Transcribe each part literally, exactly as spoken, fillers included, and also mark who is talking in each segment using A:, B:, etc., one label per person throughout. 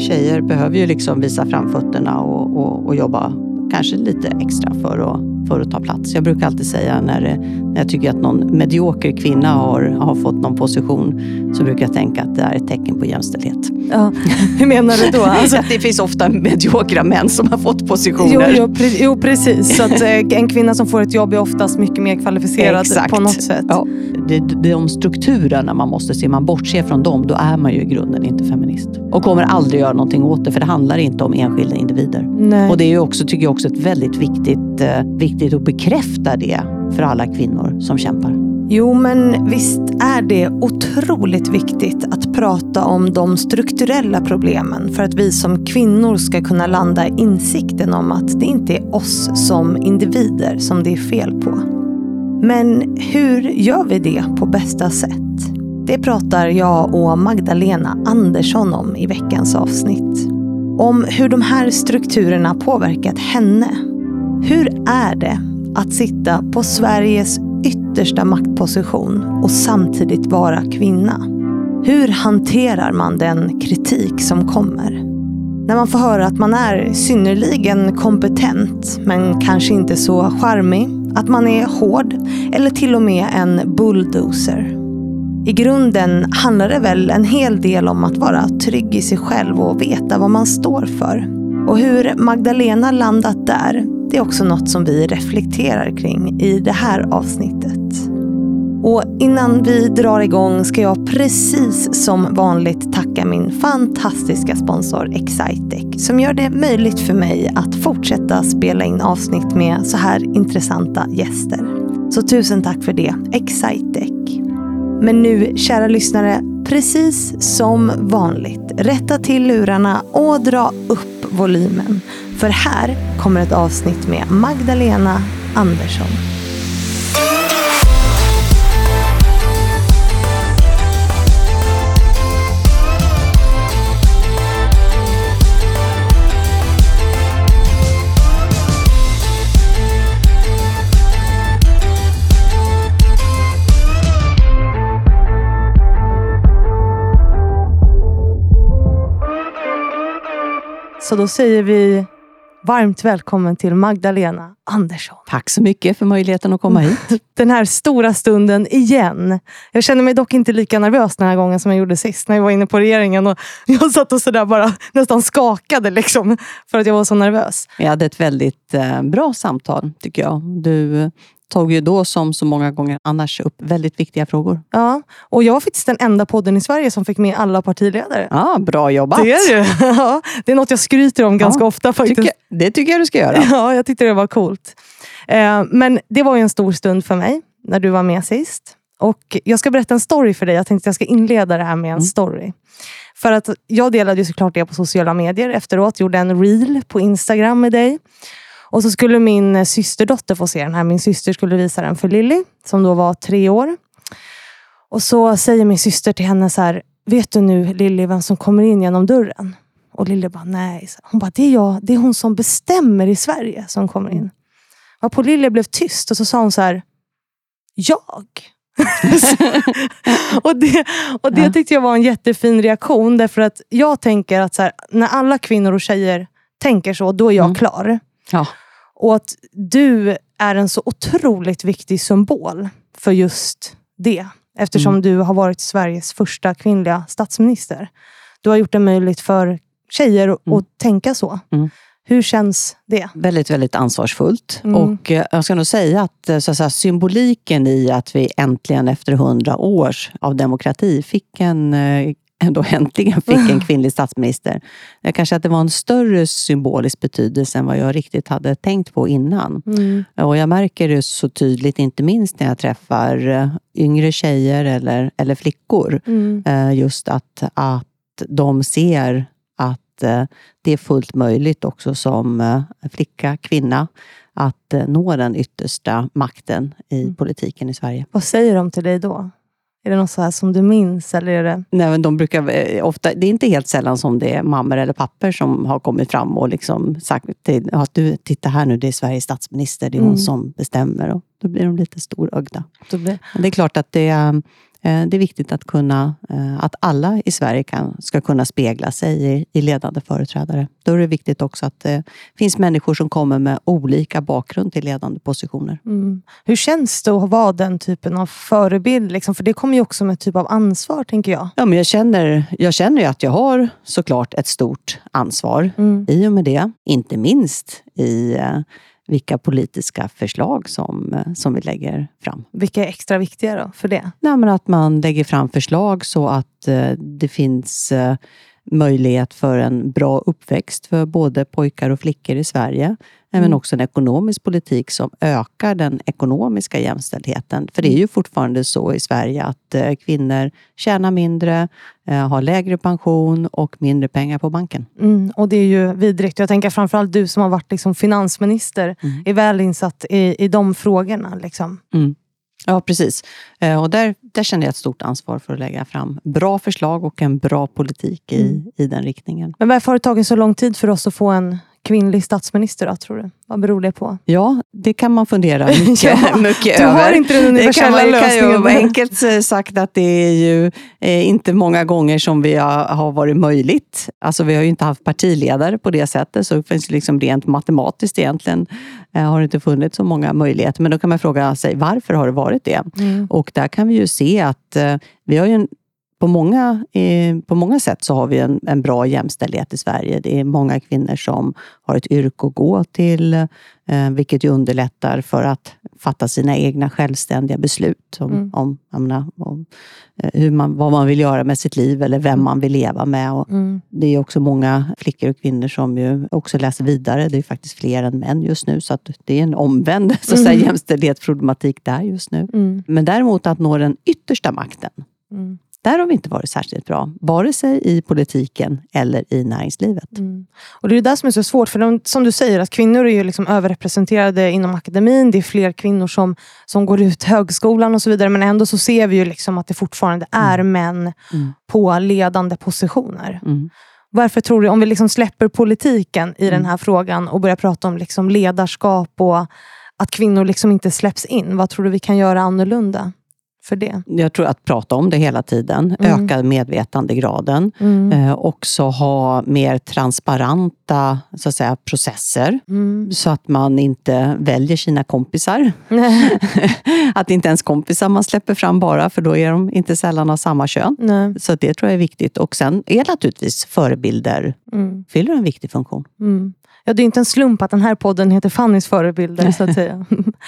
A: tjejer behöver ju liksom visa framfötterna och, och, och jobba kanske lite extra för att, för att ta plats. Jag brukar alltid säga när, när jag tycker att någon medioker kvinna har, har fått någon position, så brukar jag tänka att det är ett tecken på jämställdhet.
B: Ja. Hur menar du då?
A: Alltså, att det finns ofta mediokra män som har fått positioner.
B: Jo, jo, pre- jo precis. Så att, eh, en kvinna som får ett jobb är oftast mycket mer kvalificerad. Exakt. På något sätt.
A: Ja. Det är de strukturerna man måste se. Man bortser från dem, då är man ju i grunden inte feminist. Och kommer aldrig göra någonting åt det, för det handlar inte om enskilda individer.
B: Nej.
A: Och det är ju också, tycker jag också, ett väldigt viktigt, eh, viktigt att bekräfta det för alla kvinnor som kämpar.
B: Jo, men visst är det otroligt viktigt att prata om de strukturella problemen för att vi som kvinnor ska kunna landa i insikten om att det inte är oss som individer som det är fel på. Men hur gör vi det på bästa sätt? Det pratar jag och Magdalena Andersson om i veckans avsnitt. Om hur de här strukturerna påverkat henne. Hur är det att sitta på Sveriges yttersta maktposition och samtidigt vara kvinna? Hur hanterar man den kritik som kommer? När man får höra att man är synnerligen kompetent men kanske inte så charmig, att man är hård eller till och med en bulldozer. I grunden handlar det väl en hel del om att vara trygg i sig själv och veta vad man står för. Och hur Magdalena landat där, det är också något som vi reflekterar kring i det här avsnittet. Och innan vi drar igång ska jag precis som vanligt tacka min fantastiska sponsor Excitec, som gör det möjligt för mig att fortsätta spela in avsnitt med så här intressanta gäster. Så tusen tack för det, Excitec. Men nu, kära lyssnare, precis som vanligt, rätta till lurarna och dra upp volymen. För här kommer ett avsnitt med Magdalena Andersson. Så då säger vi varmt välkommen till Magdalena Andersson.
A: Tack så mycket för möjligheten att komma hit.
B: Den här stora stunden igen. Jag känner mig dock inte lika nervös den här gången som jag gjorde sist när jag var inne på regeringen. Och jag satt och sådär bara nästan skakade liksom för att jag var så nervös.
A: Jag hade ett väldigt eh, bra samtal, tycker jag. Du tog ju då som så många gånger annars upp väldigt viktiga frågor.
B: Ja, och jag var faktiskt den enda podden i Sverige som fick med alla partiledare.
A: Ja, bra jobbat.
B: Det är det. Ja, det är något jag skryter om ganska ja, ofta faktiskt.
A: Tycker, det tycker jag du ska göra.
B: Ja, jag tyckte det var coolt. Eh, men det var ju en stor stund för mig när du var med sist. Och jag ska berätta en story för dig. Jag tänkte att jag ska inleda det här med en mm. story. För att jag delade ju såklart det på sociala medier efteråt. Gjorde en reel på Instagram med dig. Och så skulle min systerdotter få se den här. Min syster skulle visa den för Lilly, som då var tre år. Och så säger min syster till henne så här: vet du nu, Lilly, vem som kommer in genom dörren? Och Lilly bara, nej. Hon bara, det är jag. Det är hon som bestämmer i Sverige som kommer in. Och på Lilly blev tyst och så sa hon så här: jag? och det, och det tyckte jag var en jättefin reaktion. Därför att jag tänker att så här, när alla kvinnor och tjejer tänker så, då är jag mm. klar.
A: Ja.
B: Och att du är en så otroligt viktig symbol för just det. Eftersom mm. du har varit Sveriges första kvinnliga statsminister. Du har gjort det möjligt för tjejer att mm. tänka så. Mm. Hur känns det?
A: Väldigt, väldigt ansvarsfullt.
B: Mm.
A: Och eh, jag ska nog säga att, så att säga, symboliken i att vi äntligen efter hundra år av demokrati fick en... Eh, ändå äntligen fick en kvinnlig statsminister. Jag kanske att det var en större symbolisk betydelse än vad jag riktigt hade tänkt på innan. Mm. Och jag märker det så tydligt, inte minst när jag träffar yngre tjejer eller, eller flickor. Mm. Just att, att de ser att det är fullt möjligt också som flicka, kvinna, att nå den yttersta makten i mm. politiken i Sverige.
B: Vad säger de till dig då? Är det något så här som du minns? Eller är det...
A: Nej, men de brukar ofta, det är inte helt sällan som det är mammor eller papper som har kommit fram och liksom sagt till, att du, titta här nu, det är Sveriges statsminister, det är hon mm. som bestämmer. Och då blir de lite storögda.
B: Blir...
A: Det är klart att det, eh, det är viktigt att kunna eh, att alla i Sverige kan, ska kunna spegla sig i, i ledande företrädare. Då är det viktigt också att det eh, finns människor som kommer med olika bakgrund till ledande positioner.
B: Mm. Hur känns det att vara den typen av förebild? Liksom? För det kommer ju också med typ av ansvar, tänker jag.
A: Ja, men jag känner, jag känner ju att jag har såklart ett stort ansvar mm. i och med det. Inte minst i eh, vilka politiska förslag som, eh, som vi lägger fram.
B: Vilka är extra viktiga då för det?
A: Nej, men att man lägger fram förslag så att eh, det finns eh, möjlighet för en bra uppväxt för både pojkar och flickor i Sverige. Mm. Men också en ekonomisk politik som ökar den ekonomiska jämställdheten. För det är ju fortfarande så i Sverige att eh, kvinnor tjänar mindre, eh, har lägre pension och mindre pengar på banken.
B: Mm, och det är ju vidrigt. Jag tänker framförallt du som har varit liksom finansminister mm. är väl insatt i, i de frågorna. Liksom.
A: Mm. Ja, precis. Och där, där känner jag ett stort ansvar för att lägga fram bra förslag och en bra politik i, mm. i den riktningen.
B: Men varför har det tagit så lång tid för oss att få en kvinnlig statsminister då, tror du? Vad beror det på?
A: Ja, det kan man fundera mycket,
B: ja,
A: mycket
B: du
A: över.
B: Du har inte den universella
A: det kan,
B: lösningen.
A: Det kan ju enkelt sagt att det är ju eh, inte många gånger som vi har, har varit möjligt. Alltså vi har ju inte haft partiledare på det sättet, så det finns liksom rent matematiskt egentligen eh, har det inte funnits så många möjligheter. Men då kan man fråga sig, varför har det varit det? Mm. Och där kan vi ju se att eh, vi har ju en På många, eh, på många sätt så har vi en, en bra jämställdhet i Sverige. Det är många kvinnor som har ett yrke att gå till, eh, vilket ju underlättar för att fatta sina egna självständiga beslut om, mm. om, menar, om eh, hur man, vad man vill göra med sitt liv eller vem man vill leva med. Och mm. det är också många flickor och kvinnor som ju också läser vidare. Det är faktiskt fler än män just nu, så att det är en omvänd så att säga,
B: mm.
A: jämställdhetsproblematik där just nu. Mm. Men däremot att nå den yttersta makten. Mm. Där har vi inte varit särskilt bra, vare sig i politiken eller i näringslivet.
B: Mm. Och det är det som är så svårt, för de, som du säger, att kvinnor är ju liksom överrepresenterade inom akademin. Det är fler kvinnor som, som går ut högskolan och så vidare, men ändå så ser vi ju liksom att det fortfarande är mm. män mm. på ledande positioner. Mm. Varför tror du, om vi liksom släpper politiken i mm. den här frågan och börjar prata om liksom ledarskap och att kvinnor liksom inte släpps in, vad tror du vi kan göra annorlunda för det?
A: Jag tror att prata om det hela tiden, mm. öka medvetandegraden, mm. eh, också ha mer transparenta så att säga, processer mm. så att man inte väljer sina kompisar. Att inte ens kompisar man släpper fram bara, för då är de inte sällan av samma kön. Nej. Så det tror jag är viktigt. Och sen är naturligtvis förebilder mm. fyller en viktig funktion.
B: Mm. Ja, det är inte en slump att den här podden heter Fannys förebilder så att säga.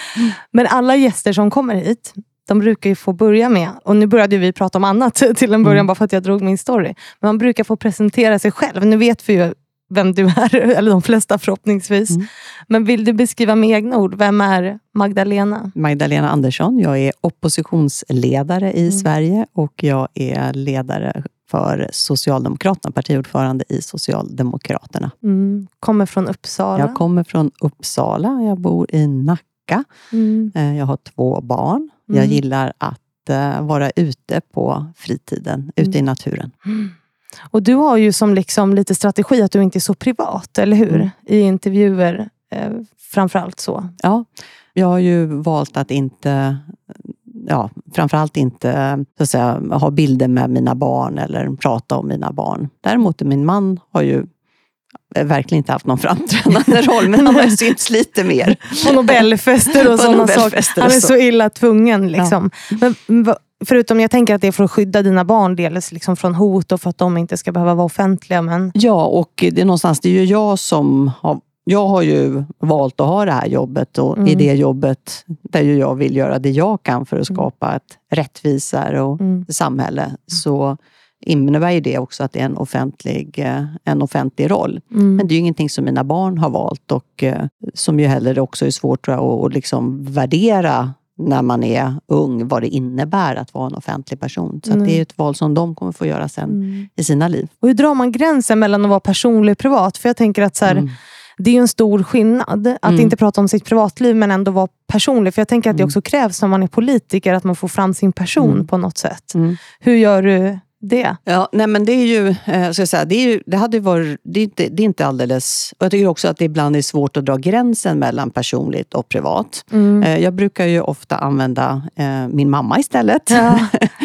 B: Men alla gäster som kommer hit, de brukar ju få börja med, och nu började vi prata om annat till en början mm. bara för att jag drog min story. Men man brukar få presentera sig själv. Nu vet vi ju vem du är, eller de flesta förhoppningsvis. Mm. Men vill du beskriva med egna ord, vem är Magdalena?
A: Magdalena Andersson, jag är oppositionsledare i mm. Sverige och jag är ledare för Socialdemokraterna, partiordförande i Socialdemokraterna.
B: Mm. Kommer från Uppsala?
A: Jag kommer från Uppsala, jag bor i Nacka. Mm. Jag har två barn. Mm. Jag gillar att uh, vara ute på fritiden, mm. ute i naturen.
B: Mm. Och du har ju som liksom lite strategi att du inte är så privat, eller hur? Mm. I intervjuer eh, framförallt så.
A: Ja, jag har ju valt att inte, ja, framförallt inte så att säga, ha bilder med mina barn eller prata om mina barn. Däremot min man har ju verkligen inte haft någon framträdande roll, men han har synts lite mer.
B: På Nobelfester och sådana saker. Han är så illa tvungen liksom. Ja. Men, förutom jag tänker att det är för att skydda dina barn dels liksom från hot och för att de inte ska behöva vara offentliga. Men...
A: Ja, och det är någonstans, det är ju jag som har, jag har ju valt att ha det här jobbet och mm. i det jobbet där ju jag vill göra det jag kan för att skapa mm. ett rättvisare och mm. samhälle, så innebär ju det också att det är en offentlig, en offentlig roll. Mm. Men det är ju ingenting som mina barn har valt och som ju heller också är svårt tror jag, att liksom värdera när man är ung, vad det innebär att vara en offentlig person. Så mm. att det är ett val som de kommer få göra sen mm. i sina liv.
B: Och hur drar man gränsen mellan att vara personlig och privat? För jag tänker att så här, mm. det är ju en stor skillnad att mm. inte prata om sitt privatliv men ändå vara personlig. För jag tänker att det också krävs när man är politiker att man får fram sin person mm. på något sätt. Mm. Hur gör du det?
A: Ja, nej men det är ju, eh, ska jag säga, det, är ju, det hade ju varit, det är, inte, det är inte alldeles, och jag tycker också att det ibland är svårt att dra gränsen mellan personligt och privat.
B: Mm.
A: Eh, jag brukar ju ofta använda eh, min mamma istället.
B: Ja.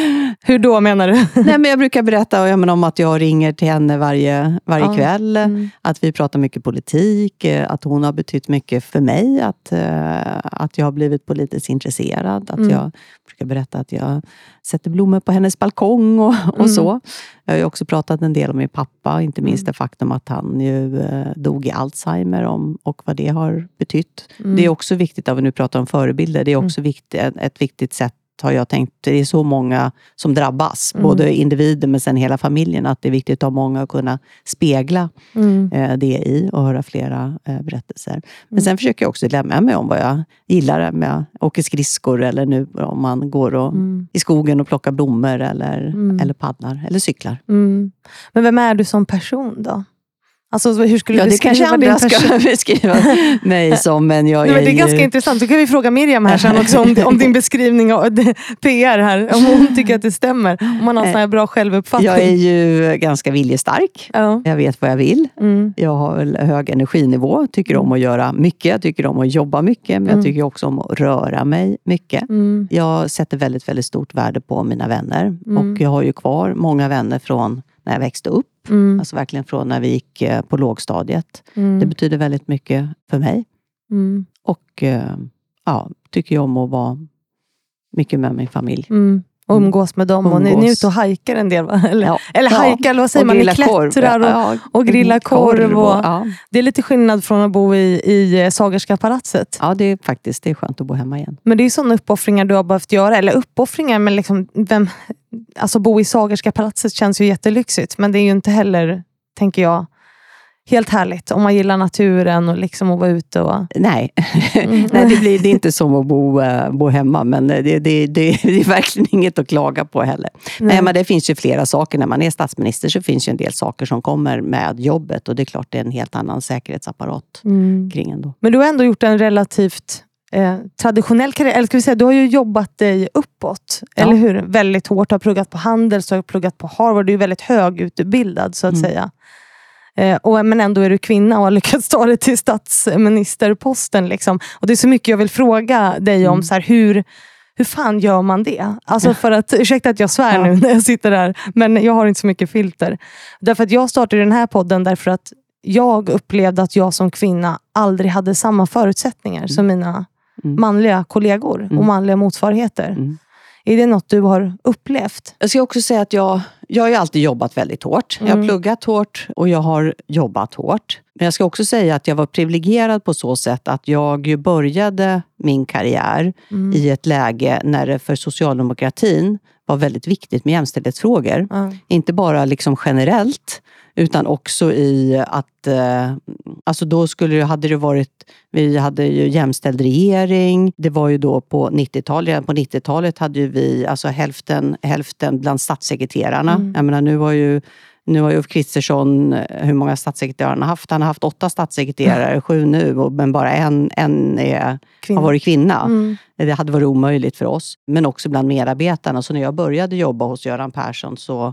B: Hur då menar du?
A: Nej, men jag brukar berätta jag menar, om att jag ringer till henne varje, varje
B: Ja.
A: kväll.
B: Mm.
A: Att vi pratar mycket politik. eh, Att hon har betytt mycket för mig. Att, eh, att jag har blivit politiskt intresserad. Att
B: Mm.
A: jag brukar berätta att jag sätter blommor på hennes balkong och, och
B: Mm.
A: så. Jag har ju också pratat en del om min pappa. Inte minst
B: Mm.
A: det faktum att han ju eh, dog i Alzheimer om, och vad det har betytt.
B: Mm.
A: Det är också viktigt, om vi nu pratar om förebilder. Det är också
B: Mm.
A: viktigt, ett, ett viktigt sätt har jag tänkt. Det är så många som drabbas.
B: Mm.
A: Både individer men sen hela familjen. Att det är viktigt att ha många att kunna spegla
B: Mm.
A: eh, det i. Och höra flera eh, berättelser. Men
B: Mm.
A: sen försöker jag också lämna mig om vad jag gillar. Om jag åker skridskor. Eller nu om man går och,
B: Mm.
A: i skogen och plockar blommor. Eller,
B: Mm.
A: eller paddlar. Eller cyklar.
B: Mm. Men vem är du som person då? Alltså hur skulle
A: Ja,
B: du
A: det kanske
B: beskriva din
A: andra
B: person?
A: ska beskriva mig som. Men jag
B: Nej, men det är
A: ju-
B: ganska intressant. Så kan vi fråga Miriam här sen också om, om din beskrivning av P R här. Om hon tycker att det stämmer. Om man har en sån här bra självuppfattning.
A: Jag är ju ganska viljestark.
B: Ja.
A: Jag vet vad jag vill.
B: Mm.
A: Jag har väl hög energinivå. Tycker om att göra mycket. Jag tycker om att jobba mycket. Men
B: Mm.
A: jag tycker också om att röra mig mycket.
B: Mm.
A: Jag sätter väldigt, väldigt stort värde på mina vänner.
B: Mm.
A: Och jag har ju kvar många vänner från när jag växte upp.
B: Mm.
A: Alltså verkligen från när vi gick eh, på lågstadiet.
B: Mm.
A: Det betyder väldigt mycket för mig.
B: Mm.
A: Och eh, ja, tycker jag om att vara mycket med min familj.
B: Mm. Och umgås med dem. Och ni, ni är ute och hajkar en del va? Eller,
A: Ja.
B: eller hajkar, eller vad säger
A: Och
B: man? Ni
A: grilla korv.
B: klättrar och,
A: Ja,
B: och grillar korv. Och,
A: ja.
B: Det är lite skillnad från att bo i, i Sagerska palatset.
A: ja, det är faktiskt det är skönt att bo hemma igen.
B: Men det är ju sådana uppoffringar du har behövt göra. Eller uppoffringar, men liksom, vem, alltså bo i Sagerska palatset känns ju jättelyxigt. Men det är ju inte heller, tänker jag, helt härligt. Om man gillar naturen och liksom att vara ute. Och...
A: Nej,
B: Mm.
A: Nej det, blir, det är inte som att bo, uh, bo hemma. Men det, det, det, det är verkligen inget att klaga på heller. Nej. Nej, men det finns ju flera saker. När man är statsminister så finns ju en del saker som kommer med jobbet. Och det är klart det är en helt annan säkerhetsapparat
B: Mm.
A: kring ändå.
B: Men du har ändå gjort en relativt eh, traditionell karriär. Eller ska vi säga, du har ju jobbat dig uppåt.
A: Ja.
B: Eller hur? Väldigt hårt. Du har pluggat på Handels, du har pluggat på Harvard. Du är väldigt högutbildad så att
A: Mm.
B: säga. Eh, och, men ändå är du kvinna och har lyckats ta dig till statsministerposten. Liksom. Och det är så mycket jag vill fråga dig om.
A: Mm.
B: Så här, hur, hur fan gör man det? Alltså för att, ursäkta att jag svär
A: Ja.
B: nu när jag sitter där. Men jag har inte så mycket filter. Därför att jag startade den här podden därför att jag upplevde att jag som kvinna aldrig hade samma förutsättningar
A: Mm.
B: som mina
A: Mm.
B: manliga kollegor och
A: Mm.
B: manliga motsvarigheter.
A: Mm.
B: Är det något du har upplevt?
A: Jag ska också säga att jag, jag har ju alltid jobbat väldigt hårt. Jag har
B: Mm.
A: pluggat hårt och jag har jobbat hårt. Men jag ska också säga att jag var privilegierad på så sätt att jag ju började min karriär
B: Mm.
A: i ett läge när det för socialdemokratin var väldigt viktigt med jämställdhetsfrågor.
B: Ja.
A: Inte bara liksom generellt utan också i att eh, alltså då skulle det, hade det varit, vi hade ju jämställd regering. Det var ju då på nittiotalet. På nittiotalet hade ju vi alltså hälften, hälften bland statssekreterarna.
B: Mm.
A: Jag menar nu var ju Nu har ju Ulf Kristersson, hur många statssekreterare han har haft? Han har haft åtta statssekreterare, mm. sju nu, men bara en, en är, har varit kvinna.
B: Mm.
A: Det hade varit omöjligt för oss. Men också bland medarbetarna. Så när jag började jobba hos Göran Persson så,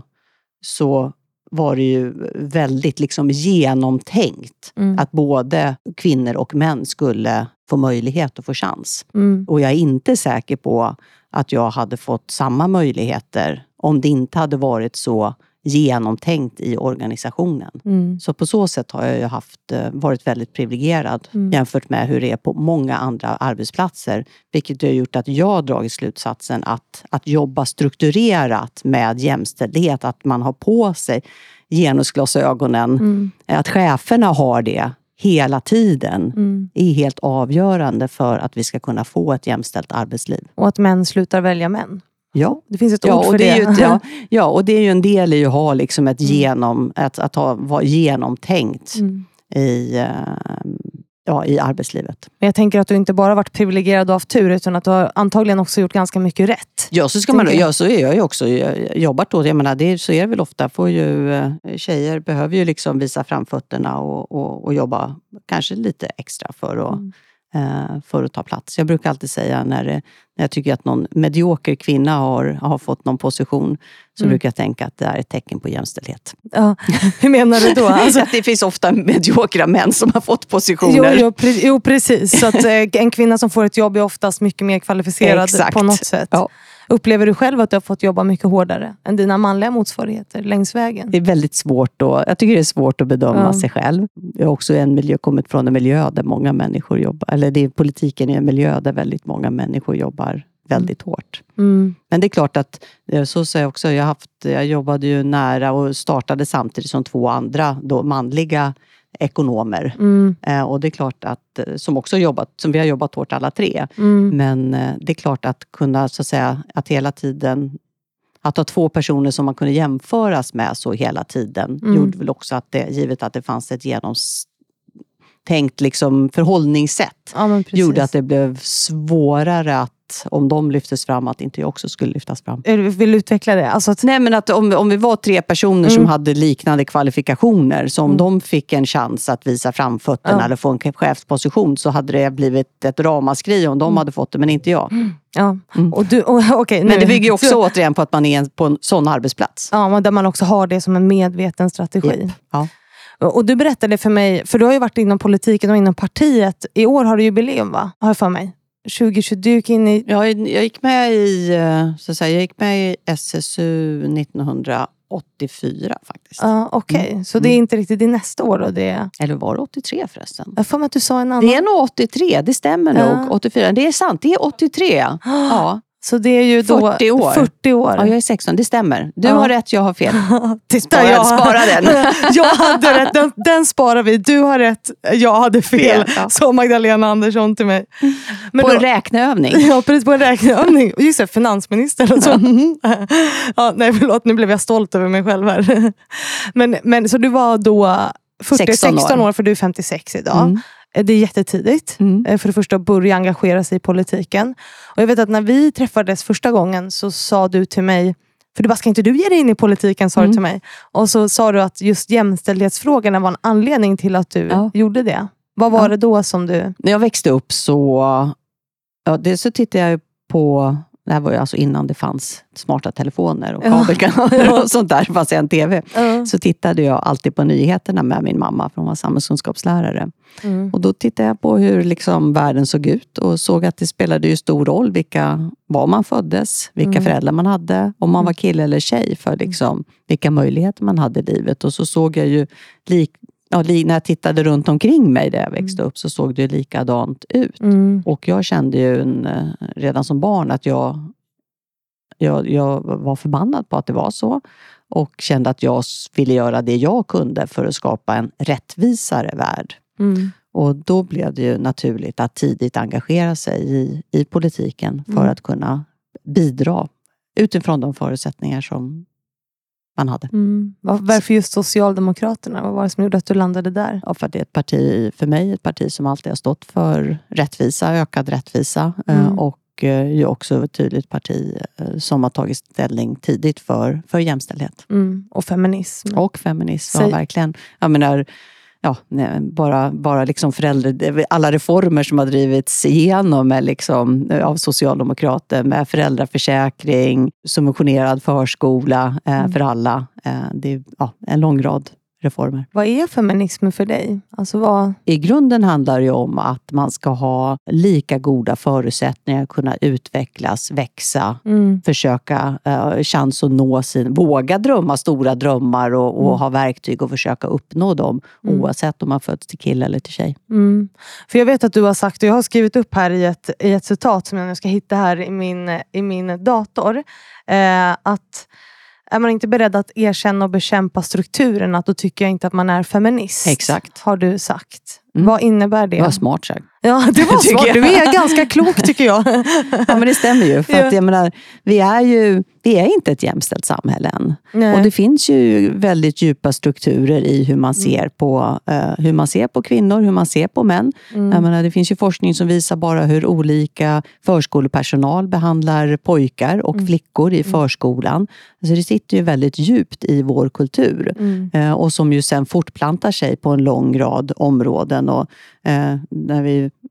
A: så var det ju väldigt liksom genomtänkt
B: Mm.
A: att både kvinnor och män skulle få möjlighet att få chans.
B: Mm.
A: Och jag är inte säker på att jag hade fått samma möjligheter om det inte hade varit så genomtänkt i organisationen.
B: Mm.
A: Så på så sätt har jag ju haft, varit väldigt privilegierad
B: Mm.
A: jämfört med hur det är på många andra arbetsplatser. Vilket har gjort att jag har dragit slutsatsen att, att jobba strukturerat med jämställdhet, att man har på sig genusglasögonen,
B: Mm.
A: att cheferna har det hela tiden
B: Mm.
A: är helt avgörande för att vi ska kunna få ett jämställt arbetsliv.
B: Och att män slutar välja män.
A: Ja.
B: Det finns ett
A: Ja,
B: ord för
A: och det
B: det.
A: är ju ett, ja, ja, och det är ju en del i att ha liksom ett
B: Mm.
A: genom, att, att ha, vara genomtänkt
B: Mm.
A: i, eh, ja, i arbetslivet.
B: Men jag tänker att du inte bara varit privilegierad och haft tur, utan att du har antagligen också gjort ganska mycket rätt.
A: Ja, så ska man,
B: Tänker jag.
A: ja, så är jag ju också jag jobbat då. Jag menar, det, så är det väl ofta. Får ju, eh, tjejer behöver ju liksom visa framfötterna och, och, och jobba kanske lite extra för att
B: Mm.
A: eh, för att ta plats. Jag brukar alltid säga när, det, när jag tycker att någon medioker kvinna har, har fått någon position, så mm. brukar jag tänka att det är ett tecken på jämställdhet.
B: Ja, hur menar du då?
A: Alltså, att det finns ofta mediokra män som har fått positioner.
B: Jo, jo, pre- jo precis. Så att, eh, en kvinna som får ett jobb är oftast mycket mer kvalificerad Exakt. På något sätt. Ja. Upplever du själv att du har fått jobba mycket hårdare än dina manliga motsvarigheter längs vägen?
A: Det är väldigt svårt då. Jag tycker det är svårt att bedöma ja. sig själv. Jag har också en miljö, kommit från en miljö där många människor jobbar. Eller det är, politiken är en miljö där väldigt många människor jobbar väldigt mm. hårt. Mm. Men det är klart att, så säger jag också, jag, haft, jag jobbade ju nära och startade samtidigt som två andra då manliga ekonomer. Mm. Eh, och det är klart att, som också jobbat, som vi har jobbat hårt alla tre. Mm. Men eh, det är klart att kunna, så att säga, att hela tiden, att ha två personer som man kunde jämföras med så hela tiden, mm. gjorde väl också att det, givet att det fanns ett genomtänkt liksom förhållningssätt, ja, gjorde att det blev svårare att om de lyftes fram, att inte jag också skulle lyftas fram.
B: Vill du utveckla det? Alltså att...
A: Nej, men att om, om vi var tre personer mm. som hade liknande kvalifikationer, så om mm. de fick en chans att visa framfötterna ja. eller få en chefsposition, så hade det blivit ett ramaskri om de mm. hade fått det, men inte jag. Mm.
B: Ja. Mm. Och du, och, okay,
A: men det bygger ju också återigen på att man är på en sån arbetsplats.
B: Ja, där man också har det som en medveten strategi.
A: Yep. Ja.
B: Och du berättade för mig, för du har ju varit inom politiken och inom partiet. I år har du jubileum, va? Har jag för mig. tjugo tjugo, du gick in i...
A: Ja, jag gick med i, så att säga, jag gick med i S S U nittonhundraåttiofyra faktiskt.
B: Ja, okej. Okay. Mm. Så det är inte riktigt i nästa år då? Det...
A: Eller var det åttiotre förresten?
B: Jag får mig att du sa en annan.
A: Det är nog åttiotre, det stämmer ja. nog. åttiofyra, det är sant, det är åttiotre. Ja.
B: Så det är ju då
A: fyrtio år.
B: fyrtio år.
A: Ja, jag är sexton, det stämmer. Du ja. har rätt, jag har fel.
B: Titta,
A: spara,
B: jag...
A: spara den.
B: Jag hade rätt, den, den sparar vi. Du har rätt, jag hade fel. fel ja. Så Magdalena Andersson till mig.
A: Men på då... en räkneövning.
B: Ja, precis, på en räkneövning. Just det, finansminister och så. Ja, nej, förlåt, nu blev jag stolt över mig själv här. Men, men så du var då fyrtio, sexton, sexton år, för du är femtiosex idag. Mm. Det är jättetidigt mm. för det första att börja engagera sig i politiken. Och jag vet att när vi träffades första gången så sa du till mig, för du bara, ska inte du ge dig in i politiken, sa mm. du till mig. Och så sa du att just jämställdhetsfrågorna var en anledning till att du ja. gjorde det. Vad var ja. det då som du...
A: När jag växte upp så, ja, det så tittade jag på, det här var ju alltså innan det fanns smarta telefoner och kabelkanaler ja. och sånt där, fast en tv. Ja. Så tittade jag alltid på nyheterna med min mamma, för hon var samhällskunskapslärare. Mm. Och då tittade jag på hur liksom världen såg ut och såg att det spelade ju stor roll vilka, var man föddes, vilka mm. föräldrar man hade, om man var kille eller tjej, för liksom vilka möjligheter man hade i livet. Och så såg jag ju, lik, ja, när jag tittade runt omkring mig där jag växte upp, så såg det likadant ut. Mm. Och jag kände ju en, redan som barn att jag, jag, jag var förbannad på att det var så. Och kände att jag ville göra det jag kunde för att skapa en rättvisare värld. Mm. Och då blev det ju naturligt att tidigt engagera sig i, i politiken för mm. att kunna bidra utifrån de förutsättningar som man hade.
B: Mm. Varför just Socialdemokraterna? Vad var det som gjorde att du landade där?
A: Ja, för det är ett parti, för mig ett parti som alltid har stått för rättvisa, ökad rättvisa mm. och ju också ett tydligt parti som har tagit ställning tidigt för, för jämställdhet.
B: Mm. Och feminism.
A: Och feminism, ja, verkligen. Jag menar, ja, nej, bara, bara liksom föräldrar, alla reformer som har drivits igenom med liksom, av socialdemokrater, med föräldraförsäkring, subventionerad förskola eh, mm. för alla. Eh, det är ja, en lång rad reformer.
B: Vad är feminism för dig? Alltså vad...
A: I grunden handlar det om att man ska ha lika goda förutsättningar att kunna utvecklas, växa, mm. försöka uh, chans att nå sin, våga drömma stora drömmar och, och mm. ha verktyg och försöka uppnå dem mm. oavsett om man föds till kille eller till tjej.
B: Mm. För jag vet att du har sagt, och jag har skrivit upp här i ett, i ett citat som jag nu ska hitta här i min, i min dator, eh, att är man inte beredd att erkänna och bekämpa strukturerna, då tycker jag inte att man är feminist.
A: Exakt.
B: Har du sagt. Mm. Vad innebär det?
A: Det var smart sagt.
B: Ja, det var smart. Du är ganska klok, tycker jag.
A: Ja, men det stämmer ju. För ja. att jag menar, vi är ju vi är inte ett jämställt samhälle än. Nej. Och det finns ju väldigt djupa strukturer i hur man ser mm. på uh, hur man ser på kvinnor, hur man ser på män. Mm. Jag menar, det finns ju forskning som visar bara hur olika förskolepersonal behandlar pojkar och mm. flickor i förskolan. Alltså det sitter ju väldigt djupt i vår kultur. Mm. Uh, och som ju sen fortplantar sig på en lång rad områden. Och uh, när vi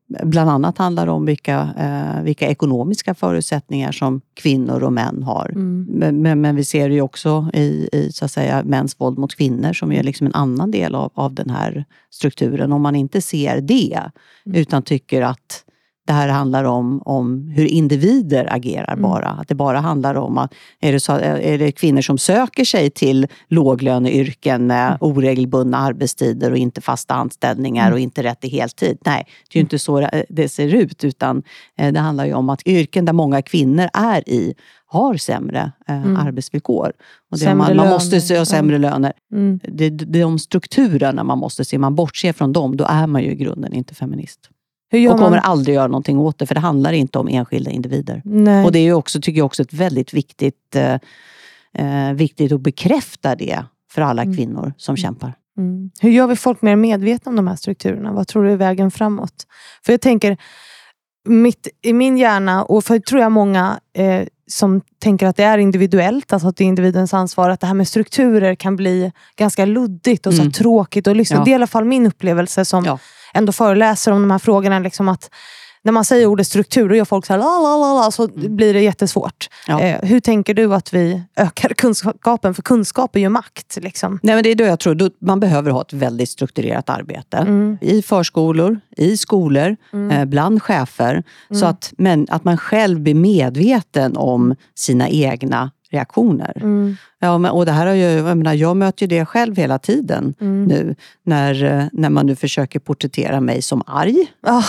A: bland annat handlar det om vilka, eh, vilka ekonomiska förutsättningar som kvinnor och män har. Mm. Men, men, men vi ser ju också i, i så att säga, mäns våld mot kvinnor som är liksom en annan del av, av den här strukturen. Om man inte ser det mm. utan tycker att det här handlar om, om hur individer agerar mm. bara. Att det bara handlar om att är det, så, är det kvinnor som söker sig till låglöneyrken med mm. oregelbundna arbetstider och inte fasta anställningar mm. och inte rätt till heltid. Nej, det är ju inte så det ser ut, utan det handlar ju om att yrken där många kvinnor är i har sämre eh, mm. arbetsvillkor. Och det sämre man, man måste se och sämre mm. löner. Mm. Det, det är de strukturerna man måste se. Man bortser från dem, då är man ju i grunden inte feminist. Och kommer aldrig göra någonting åt det, för det handlar inte om enskilda individer. Nej. Och det är ju också, tycker jag också, ett väldigt viktigt eh, viktigt att bekräfta det för alla mm. kvinnor som mm. kämpar.
B: Mm. Hur gör vi folk mer medvetna om de här strukturerna? Vad tror du är vägen framåt? För jag tänker, mitt, i min hjärna, och för tror jag många eh, som tänker att det är individuellt, alltså att det är individens ansvar, att det här med strukturer kan bli ganska luddigt och så mm. tråkigt att lyssna. Ja. Det är i alla fall min upplevelse som ja. ändå föreläser om de här frågorna, liksom att när man säger ordet struktur och gör folk så här la, la, la, la, så mm. blir det jättesvårt. Ja. Eh, hur tänker du att vi ökar kunskapen? För kunskap är ju makt. Liksom.
A: Nej, men det är då jag tror att man behöver ha ett väldigt strukturerat arbete. Mm. I förskolor, i skolor, mm. eh, bland chefer. Mm. Så att, men, att man själv blir medveten om sina egna reaktioner. Mm. Ja, men, och det här har ju, jag menar, jag möter ju det själv hela tiden mm. nu. När, när man nu försöker porträttera mig som arg. Oh.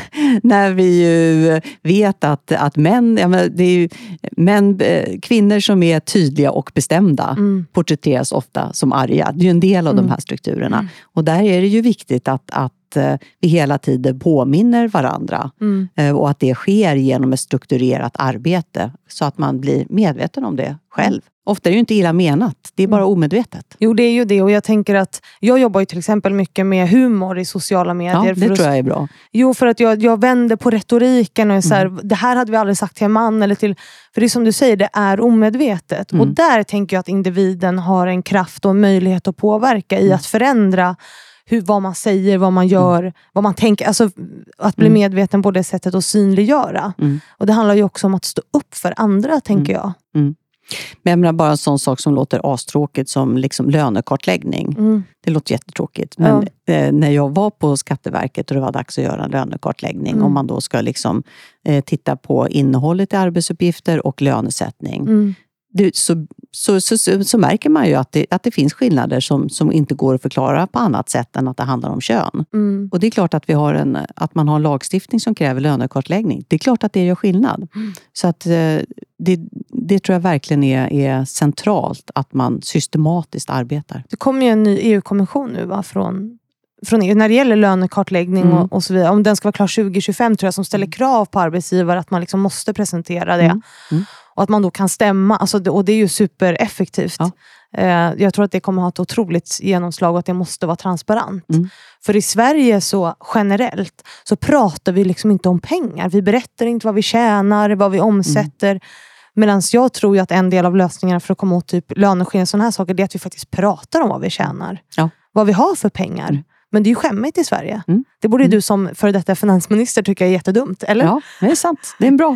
A: När vi ju vet att, att män, ja, men det är ju, män, kvinnor som är tydliga och bestämda mm. porträtteras ofta som arga. Det är ju en del av mm. de här strukturerna. Mm. Och där är det ju viktigt att, att vi hela tiden påminner varandra mm. och att det sker genom ett strukturerat arbete så att man blir medveten om det själv. Ofta är det ju inte illa menat, det är bara mm. omedvetet.
B: Jo, det är ju det, och jag tänker att jag jobbar ju till exempel mycket med humor i sociala medier.
A: Ja, det
B: för
A: tror
B: att,
A: jag är bra.
B: Jo, för att jag, jag vänder på retoriken och är så här, mm. det här hade vi aldrig sagt till en man eller till, för det är som du säger, det är omedvetet. Mm. Och där tänker jag att individen har en kraft och en möjlighet att påverka i mm. att förändra hur, vad man säger, vad man gör, mm. vad man tänker. Alltså att bli mm. medveten på det sättet och synliggöra. Mm. Och det handlar ju också om att stå upp för andra, tänker
A: mm.
B: jag.
A: Mm. Men jag menar bara en sån sak som låter astråkigt som liksom lönekartläggning. Mm. Det låter jättetråkigt. Men ja. eh, när jag var på Skatteverket och det var dags att göra en lönekartläggning. Mm. Om man då ska liksom eh, titta på innehållet i arbetsuppgifter och lönesättning. Mm. Det, så, så, så, så, så märker man ju att det, att det finns skillnader som, som inte går att förklara på annat sätt än att det handlar om kön. Mm. Och det är klart att, vi har en, att man har en lagstiftning som kräver lönekartläggning. Det är klart att det gör skillnad. Mm. Så att det, det tror jag verkligen är, är centralt att man systematiskt arbetar.
B: Det kommer ju en ny E U-kommission nu, va, från... Från E U, när det gäller lönekartläggning mm. och, och så vidare. Om den ska vara klar tjugo tjugofem, tror jag, som ställer krav på arbetsgivare att man liksom måste presentera det. Mm. Mm. Och att man då kan stämma. Alltså, och det är ju supereffektivt. Ja. Eh, jag tror att det kommer ha ett otroligt genomslag och att det måste vara transparent. Mm. För i Sverige så generellt så pratar vi liksom inte om pengar. Vi berättar inte vad vi tjänar, vad vi omsätter. Mm. Medan jag tror ju att en del av lösningarna för att komma åt typ löneskillnader och sådana här saker, det är att vi faktiskt pratar om vad vi tjänar. Ja. Vad vi har för pengar. Mm. Men det är ju skämmigt i Sverige. Mm. Det borde ju mm. du som före detta finansminister tycka är jättedumt, eller?
A: Ja, det är sant. Det är bra.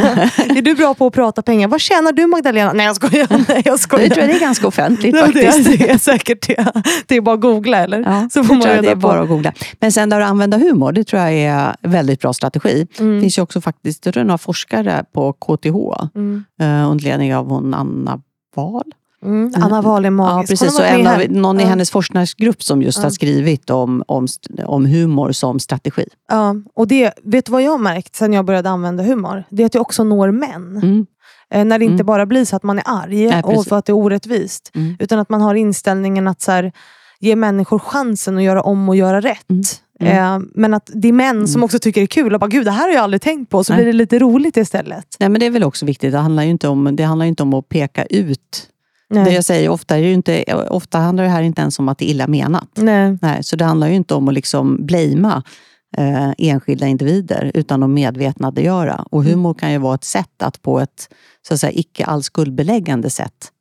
B: Är du bra på att prata pengar? Vad tjänar du, Magdalena? Nej, jag skojar. Nej, jag skojar.
A: Jag tror det är ganska offentligt faktiskt.
B: Det är, det är säkert det. Det är bara att googla, eller?
A: Ja, så får man reda det är på. Bara att googla. Men sen där att använda humor, det tror jag är en väldigt bra strategi. Mm. Det finns ju också faktiskt det är några forskare på K T H mm. under ledning av hon Anna Wahl.
B: Mm. Anna Wahl är magisk.
A: Ja, precis. Så en av, någon i hennes forskningsgrupp som just ja. har skrivit om, om, om humor som strategi.
B: Ja, och det, vet du vad jag har märkt sen jag började använda humor? Det är att jag också når män. Mm. Eh, när det inte mm. bara blir så att man är arg Nej, och för att det är orättvist. Mm. Utan att man har inställningen att så här, ge människor chansen att göra om och göra rätt. Mm. Mm. Eh, men att det är män mm. som också tycker det är kul och bara, gud, det här har jag aldrig tänkt på. Så Nej. blir det lite roligt istället.
A: Nej, men det är väl också viktigt. Det handlar ju inte om, det handlar ju inte om att peka ut. Nej. Det jag säger ofta är ju inte, ofta handlar det här inte ens om att det är illa menat. Nej. Nej, så det handlar ju inte om att liksom blamea eh, enskilda individer utan att medvetnadegöra. Och humor kan ju vara ett sätt att på ett så att säga icke alls skuldbeläggande sätt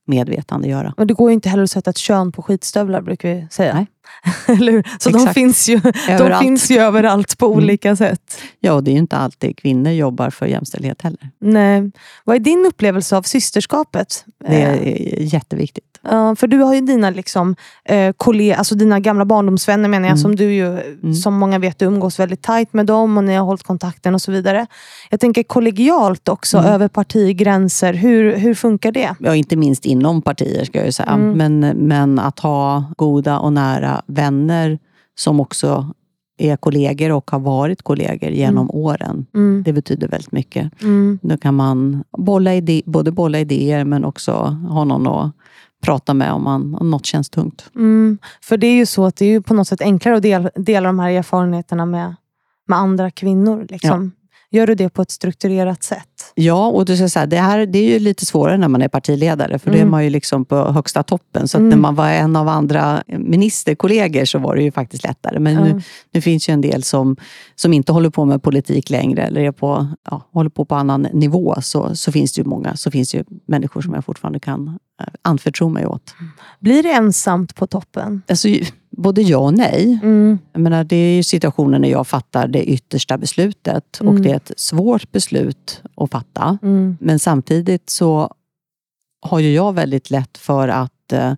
A: medvetandegöra.
B: Och det går ju inte heller att sätta ett kön på skitstövlar, brukar vi säga.
A: Nej.
B: Eller, så de finns, ju, de finns ju överallt på olika mm. sätt.
A: Ja, och det är ju inte alltid kvinnor jobbar för jämställdhet heller.
B: Nej. Vad är din upplevelse av systerskapet?
A: Det är jätteviktigt.
B: Ja, för du har ju dina liksom, eh, kollegor, alltså dina gamla barndomsvänner menar jag, mm. som du ju, mm. som många vet, du umgås väldigt tajt med dem och ni har hållit kontakten och så vidare. Jag tänker kollegialt också, mm. över partigränser. Hur, hur funkar det?
A: Ja, inte minst inom partier ska jag ju säga. Mm. Men, men att ha goda och nära vänner som också är kollegor och har varit kollegor genom mm. åren. Mm. Det betyder väldigt mycket. Mm. Då kan man bolla ide- både bolla idéer men också ha någon att prata med om, man, om något känns tungt.
B: Mm. För det är ju så att det är ju på något sätt enklare att dela, dela de här erfarenheterna med, med andra kvinnor. Liksom. Ja. Gör du det på ett strukturerat sätt? Ja,
A: och du ska säga, det, här, det är ju lite svårare när man är partiledare. För mm. då är man ju liksom på högsta toppen. Så att mm. när man var en av andra ministerkollegor så var det ju faktiskt lättare. Men mm. nu, nu finns ju en del som, som inte håller på med politik längre. Eller är på, ja, håller på på annan nivå. Så, så finns det ju många. Så finns det ju människor som jag fortfarande kan anförtro mig åt.
B: Blir det ensamt på toppen?
A: Alltså, både ja och nej. Mm. Jag menar, det är ju situationen när jag fattar det yttersta beslutet. Mm. Och det är ett svårt beslut att fatta. Mm. Men samtidigt så har ju jag väldigt lätt för att eh,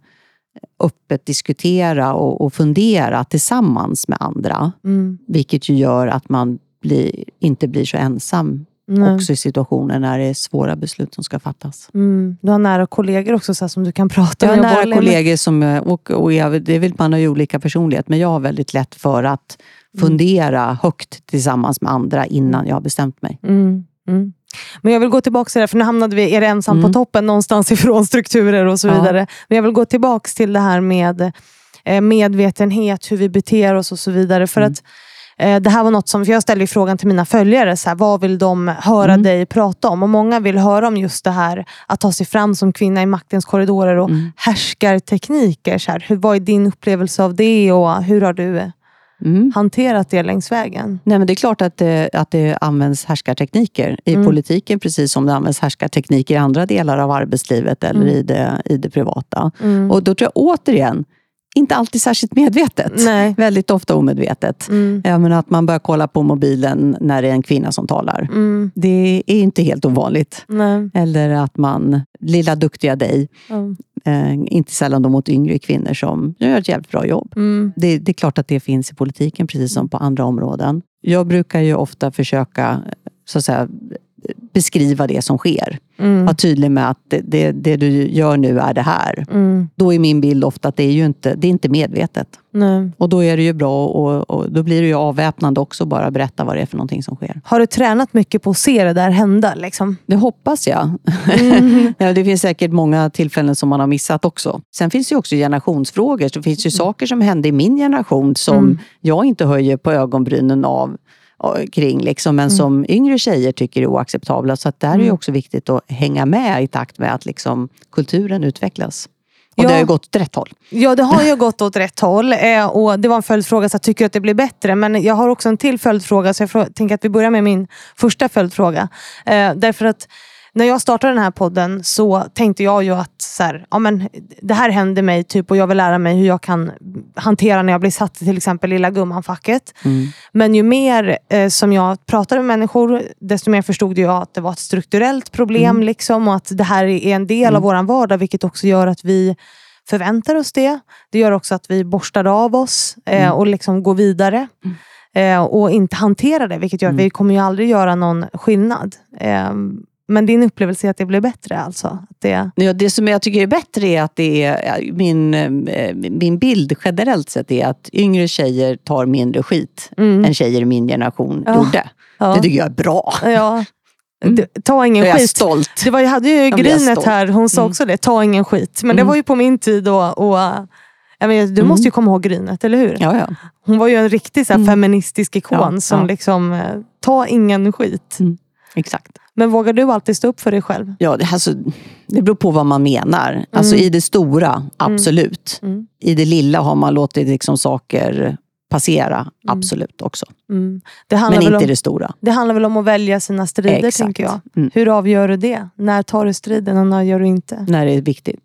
A: öppet diskutera och, och fundera tillsammans med andra. Mm. Vilket ju gör att man blir, inte blir så ensam. Nej. Också i situationer när det är svåra beslut som ska fattas.
B: Mm. Du har nära kollegor också så här, som du kan prata
A: med. Jag
B: har
A: nära kollegor som, och, och jag, det vill man ha ju olika personlighet. Men jag har väldigt lätt för att fundera mm. högt tillsammans med andra innan jag har bestämt mig.
B: Mm. Mm. Men jag vill gå tillbaka till det, för nu hamnade vi, är det ensam mm. på toppen någonstans ifrån strukturer och så ja. vidare. Men jag vill gå tillbaka till det här med eh, medvetenhet, hur vi beter oss och så vidare. För mm. att det här var något som, för jag ställde ju frågan till mina följare, så här, vad vill de höra mm. dig prata om? Och många vill höra om just det här att ta sig fram som kvinna i maktens korridorer och mm. härskartekniker. Så här, hur, vad är din upplevelse av det och hur har du mm. hanterat det längs vägen?
A: Nej, men det är klart att det, att det används härskartekniker i mm. politiken, precis som det används härskartekniker i andra delar av arbetslivet eller mm. i, det, i det privata. Mm. Och då tror jag återigen, inte alltid särskilt medvetet. Nej. Väldigt ofta omedvetet. Mm. Jag menar att man börjar kolla på mobilen när det är en kvinna som talar. Mm. Det är inte helt ovanligt. Nej. Eller att man, lilla duktiga dig, mm. eh, inte sällan då mot yngre kvinnor som gör ett jävligt bra jobb. Mm. Det, det är klart att det finns i politiken precis som på andra områden. Jag brukar ju ofta försöka så att säga beskriva det som sker. Mm. Var tydlig med att det, det, det du gör nu är det här. Mm. Då är min bild ofta att det är ju inte, det är inte medvetet. Nej. Och då är det ju bra och, och då blir det ju avväpnande också bara berätta vad det är för någonting som sker.
B: Har du tränat mycket på att se det där hända? Liksom?
A: Det hoppas jag. Mm. Ja, det finns säkert många tillfällen som man har missat också. Sen finns det ju också generationsfrågor. Så det finns ju mm. saker som hände i min generation som mm. jag inte höjer på ögonbrynen av kring liksom, men mm. som yngre tjejer tycker är oacceptabla. Så att det här är ju också viktigt att hänga med i takt med att liksom, kulturen utvecklas. Och ja. det har ju gått åt rätt håll. Ja,
B: det har ju gått åt rätt håll. Eh, och det var en följdfråga, så jag tycker att det blir bättre. Men jag har också en till följdfråga, så jag frå- tänker att vi börjar med min första följdfråga. Eh, därför att när jag startade den här podden så tänkte jag ju att så här, ja, men det här händer mig typ, och jag vill lära mig hur jag kan hantera när jag blir satt i till exempel lilla gummanfacket. Mm. Men ju mer eh, som jag pratade med människor, desto mer förstod jag att det var ett strukturellt problem mm. liksom, och att det här är en del mm. av våran vardag, vilket också gör att vi förväntar oss det. Det gör också att vi borstar av oss eh, mm. och liksom går vidare. Mm. Eh, och inte hanterar det, vilket gör att mm. vi kommer ju aldrig göra någon skillnad. Eh, Men din upplevelse är att det blir bättre alltså? Att det...
A: Ja, det som jag tycker är bättre är att det är min, min bild generellt sett är att yngre tjejer tar mindre skit mm. än tjejer i min generation ja. gjorde. Ja. Det tycker jag är bra.
B: Ja. Mm. Ta ingen
A: jag är
B: skit.
A: Stolt.
B: Det var, jag hade ju Grynet här, hon sa mm. också det, ta ingen skit. Men mm. det var ju på min tid och, och jag menar, du mm. måste ju komma ihåg Grynet, eller hur?
A: Ja, ja.
B: Hon var ju en riktig så här, mm. feministisk ikon ja, som ja. liksom, ta ingen skit.
A: Mm. Exakt.
B: Men vågar du alltid stå upp för dig själv?
A: Ja, det, alltså, det beror på vad man menar. Mm. Alltså i det stora, absolut. Mm. I det lilla har man låtit liksom, saker passera, mm. absolut också. Mm. Det Men inte om, i det stora.
B: Det handlar väl om att välja sina strider, Exakt. tänker jag. Mm. Hur avgör du det? När tar du striden och när gör du inte?
A: När det är viktigt.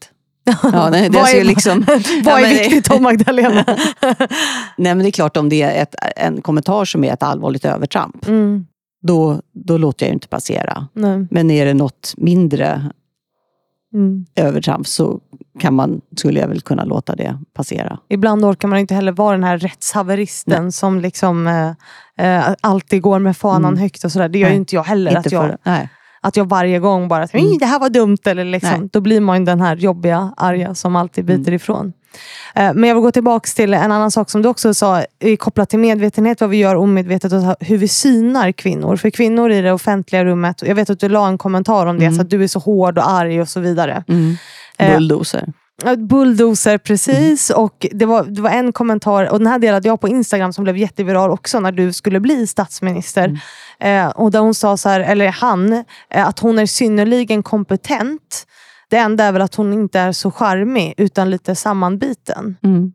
A: Ja, nej, det
B: vad är,
A: liksom,
B: vad är
A: ja, men,
B: viktigt om Magdalena?
A: Nej, men det är klart, om det är ett, en kommentar som är ett allvarligt övertramp, mm. då, då låter jag inte passera. Nej. Men är det något mindre mm. övertramp så kan man, skulle jag väl kunna låta det passera.
B: Ibland orkar man inte heller vara den här rättshaveristen nej. Som liksom äh, alltid går med fanan mm. högt och sådär. Det gör ju inte jag heller. Inte att jag... För, nej. Att jag varje gång bara, mm. det här var dumt. Eller liksom, då blir man den här jobbiga, arga som alltid biter mm. ifrån. Uh, men jag vill gå tillbaka till en annan sak som du också sa. Kopplat till medvetenhet, vad vi gör omedvetet och hur vi synar kvinnor. För kvinnor i det offentliga rummet. Jag vet att du la en kommentar om det. Mm. Så att du är så hård och arg och så vidare.
A: Mm. Bulldozer.
B: Uh, bulldozer, precis. Mm. Och det var, det var en kommentar. Och den här delade jag på Instagram som blev jätteviral också. När du skulle bli statsminister. Mm. Eh, och där hon sa så här, eller han, eh, att hon är synnerligen kompetent. Det enda är väl att hon inte är så charmig utan lite sammanbiten. Mm.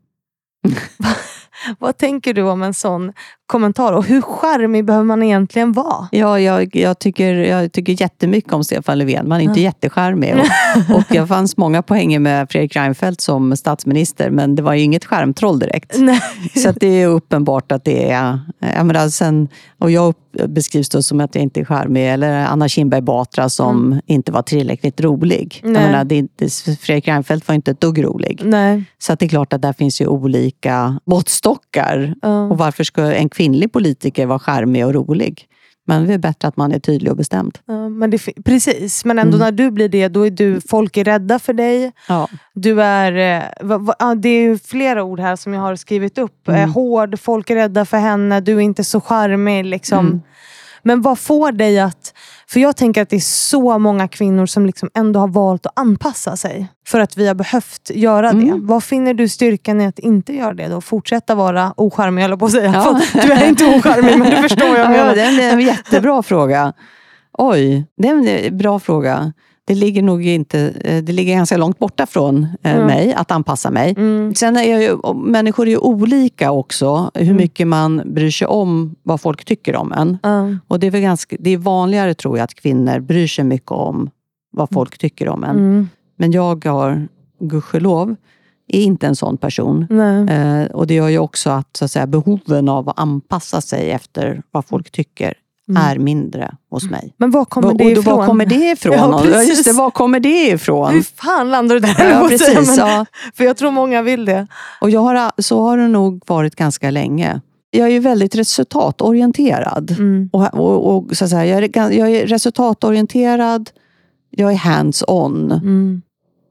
B: Vad tänker du om en sån kommentar? Och hur charmig behöver man egentligen vara?
A: Ja, jag, jag, tycker, jag tycker jättemycket om Stefan Löfven. Man är inte mm. jättecharmig. Och, och jag fanns många poänger med Fredrik Reinfeldt som statsminister. Men det var ju inget skärmtroll direkt. Nej. Så att det är uppenbart att det är... Jag menar, sen, och jag beskrivs då som att jag inte är charmig. Eller Anna Kinberg Batra som mm. inte var tillräckligt rolig. Jag menar, det, det, Fredrik Reinfeldt var inte ett dugg rolig. Nej. Så att det är klart att där finns ju olika måttstockar. Mm. Och varför ska en kvinnlig politiker vara charmig och rolig? Men det är bättre att man är tydlig och bestämd.
B: Ja, men det, precis, men ändå mm. när du blir det, då är du, folk är rädda för dig. Ja. Du är, va, va, det är ju flera ord här som jag har skrivit upp. Mm. Eh, hård, folk är rädda för henne, du är inte så charmig liksom. Mm. Men vad får dig att... För jag tänker att det är så många kvinnor som liksom ändå har valt att anpassa sig. För att vi har behövt göra mm. det. Vad finner du styrkan i att inte göra det då? Fortsätta vara ocharmig, eller på att säga. Ja. Du är inte ocharmig, men du förstår jag.
A: Ja, ja, det är en jättebra fråga. Oj, det är en bra fråga. Det ligger nog inte, det ligger ganska långt borta från eh, mm. mig att anpassa mig. Mm. Sen är jag ju, människor är ju olika också. Hur mycket man bryr sig om vad folk tycker om en. Mm. Och det är väl ganska, det är vanligare tror jag att kvinnor bryr sig mycket om vad folk tycker om en. Mm. Men jag har, gudskelov, är inte en sån person. Eh, och det gör ju också att, så att säga, behoven av att anpassa sig efter vad folk tycker Mm. är mindre hos mig.
B: Men var kommer det
A: och
B: ifrån?
A: Var kommer det ifrån? Ja, just det, var kommer det ifrån?
B: Hur fan landar du där?
A: Ja, precis, men, ja.
B: För jag tror många vill det.
A: Och jag har, så har det nog varit ganska länge. Jag är ju väldigt resultatorienterad. Mm. Och, och, och så att säga, jag, är, jag är resultatorienterad. Jag är hands-on. Mm.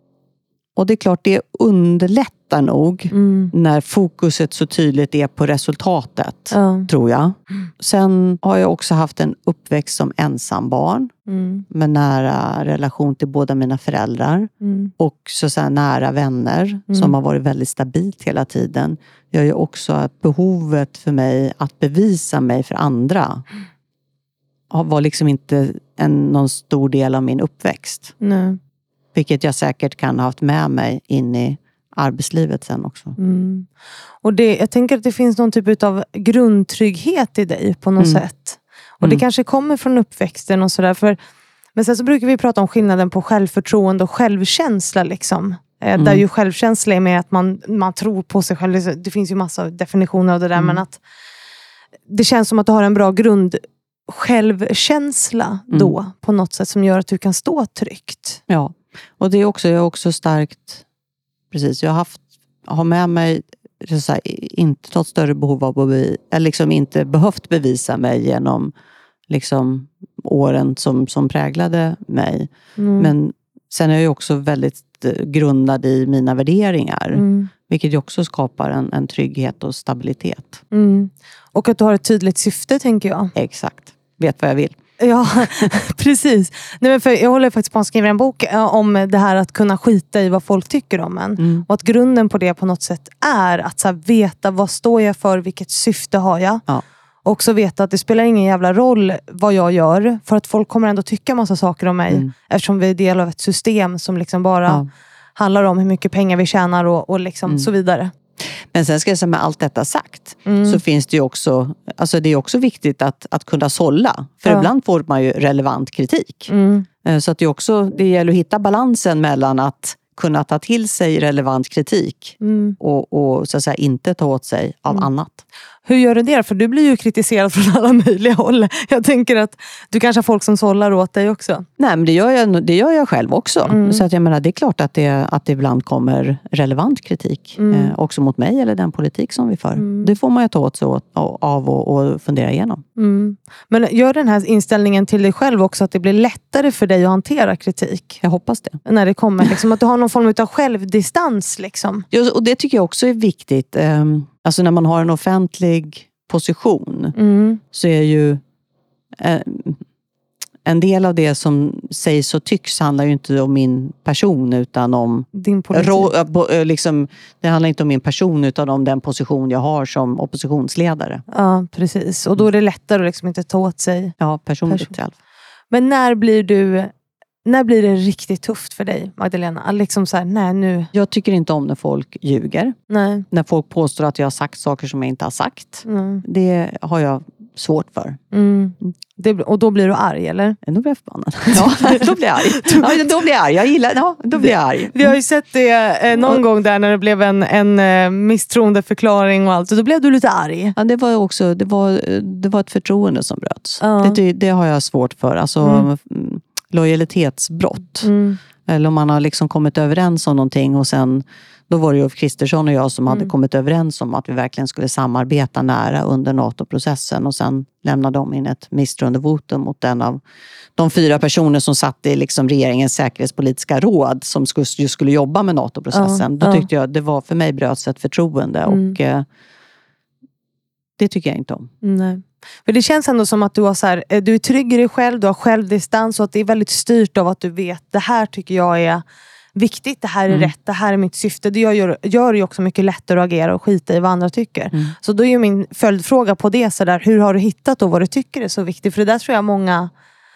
A: Och det är klart, det underlättar nog mm. när fokuset så tydligt är på resultatet, mm. tror jag. Sen har jag också haft en uppväxt som ensambarn mm. med nära relation till båda mina föräldrar. Mm. Och så, så här, nära vänner mm. som har varit väldigt stabilt hela tiden. Jag gör också att behovet för mig att bevisa mig för andra var liksom inte en, någon stor del av min uppväxt.
B: Nej.
A: Vilket jag säkert kan ha haft med mig in i arbetslivet sen också.
B: Mm. Och det, jag tänker att det finns någon typ av grundtrygghet i dig på något mm. sätt. Och mm. det kanske kommer från uppväxten och sådär. För, men sen så brukar vi prata om skillnaden på självförtroende och självkänsla liksom. Mm. Där ju självkänsla är med att man, man tror på sig själv. Det finns ju massa definitioner av det där. Mm. Men att det känns som att du har en bra grund självkänsla då. Mm. På något sätt som gör att du kan stå tryggt.
A: Ja. Och det är också, jag är också starkt, precis, jag har haft, har med mig så här, inte något större behov av att bevi, eller liksom inte behövt bevisa mig genom liksom åren som, som präglade mig. Mm. Men sen är jag ju också väldigt grundad i mina värderingar. Mm. Vilket ju också skapar en, en trygghet och stabilitet.
B: Mm. Och att du har ett tydligt syfte, tänker jag.
A: Exakt, vet vad jag vill.
B: Ja, precis. Nej, men för jag håller faktiskt på att skriva en bok om det här att kunna skita i vad folk tycker om en. Mm. Och att grunden på det på något sätt är att så här, veta vad står jag för, vilket syfte har jag. Ja. Och också veta att det spelar ingen jävla roll vad jag gör. För att folk kommer ändå tycka massa saker om mig. Mm. Eftersom vi är del av ett system som liksom bara ja. handlar om hur mycket pengar vi tjänar och, och liksom mm. så vidare.
A: Men sen ska jag säga, med allt detta sagt mm. så finns det ju också, alltså det är också viktigt att, att kunna sålla. För ja. ibland får man ju relevant kritik. Mm. Så att det också, det gäller att hitta balansen mellan att kunna ta till sig relevant kritik
B: Mm.
A: och, och så att säga inte ta åt sig av
B: Mm.
A: annat.
B: Hur gör du det? För du blir ju kritiserad från alla möjliga håll. Jag tänker att du kanske har folk som sållar åt dig också.
A: Nej, men det gör jag, det gör jag själv också.
B: Mm.
A: Så att jag menar, det är klart att det, att det ibland kommer relevant kritik.
B: Mm.
A: Eh, också mot mig eller den politik som vi för.
B: Mm.
A: Det får man ju ta åt sig åt, av och, och fundera igenom.
B: Mm. Men gör den här inställningen till dig själv också att det blir lättare för dig att hantera kritik?
A: Jag hoppas det.
B: När det kommer, liksom, att du har någon form av självdistans. Liksom.
A: Ja, och det tycker jag också är viktigt. Eh, alltså när man har en offentlig position
B: Mm.
A: så är ju eh, en del av det som sägs och tycks handlar ju inte om min person utan om
B: Din politik.
A: ro, liksom, det handlar inte om min person utan om den position jag har som oppositionsledare.
B: Ja, precis. Och då är det lättare att liksom inte ta åt sig.
A: Ja, personligt
B: Person.
A: själv.
B: Men när blir du när blir det riktigt tufft för dig, Magdalena? Liksom så här, nej nu.
A: Jag tycker inte om när folk ljuger.
B: Nej.
A: När folk påstår att jag har sagt saker som jag inte har sagt.
B: Mm.
A: Det har jag svårt för.
B: Mm. Det, och då blir du arg, eller?
A: Då blir jag förbannad. Ja, då blir jag arg. Ja, då blir jag arg. Jag gillar, ja, då blir jag arg.
B: Vi har ju sett det eh, någon och, gång där när det blev en, en eh, misstroendeförklaring och allt. Så då blev du lite arg.
A: Ja, det var också det var, det var ett förtroende som bröts.
B: Ja.
A: Det, det har jag svårt för. Alltså mm. lojalitetsbrott.
B: Mm.
A: Eller om man har liksom kommit överens om någonting och sen då var det Ulf Kristersson och jag som
B: Mm.
A: hade kommit överens om att vi verkligen skulle samarbeta nära under NATO-processen och sen lämnade de in ett misstroendevotum mot den av de fyra personer som satt i liksom regeringens säkerhetspolitiska råd som skulle, just skulle jobba med NATO-processen.
B: Ja,
A: då
B: ja.
A: tyckte jag det var för mig bröts ett förtroende
B: Mm.
A: och eh, det tycker jag inte om.
B: Nej. För det känns ändå som att du, har så här, du är trygg i dig själv, du har självdistans och att det är väldigt styrt av att du vet det här tycker jag är viktigt, det här är
A: Mm.
B: rätt, det här är mitt syfte. Det gör, gör ju också mycket lättare att agera och skita i vad andra tycker.
A: Mm.
B: Så då är ju min följdfråga på det så där, hur har du hittat då vad du tycker är så viktigt? För det där tror jag många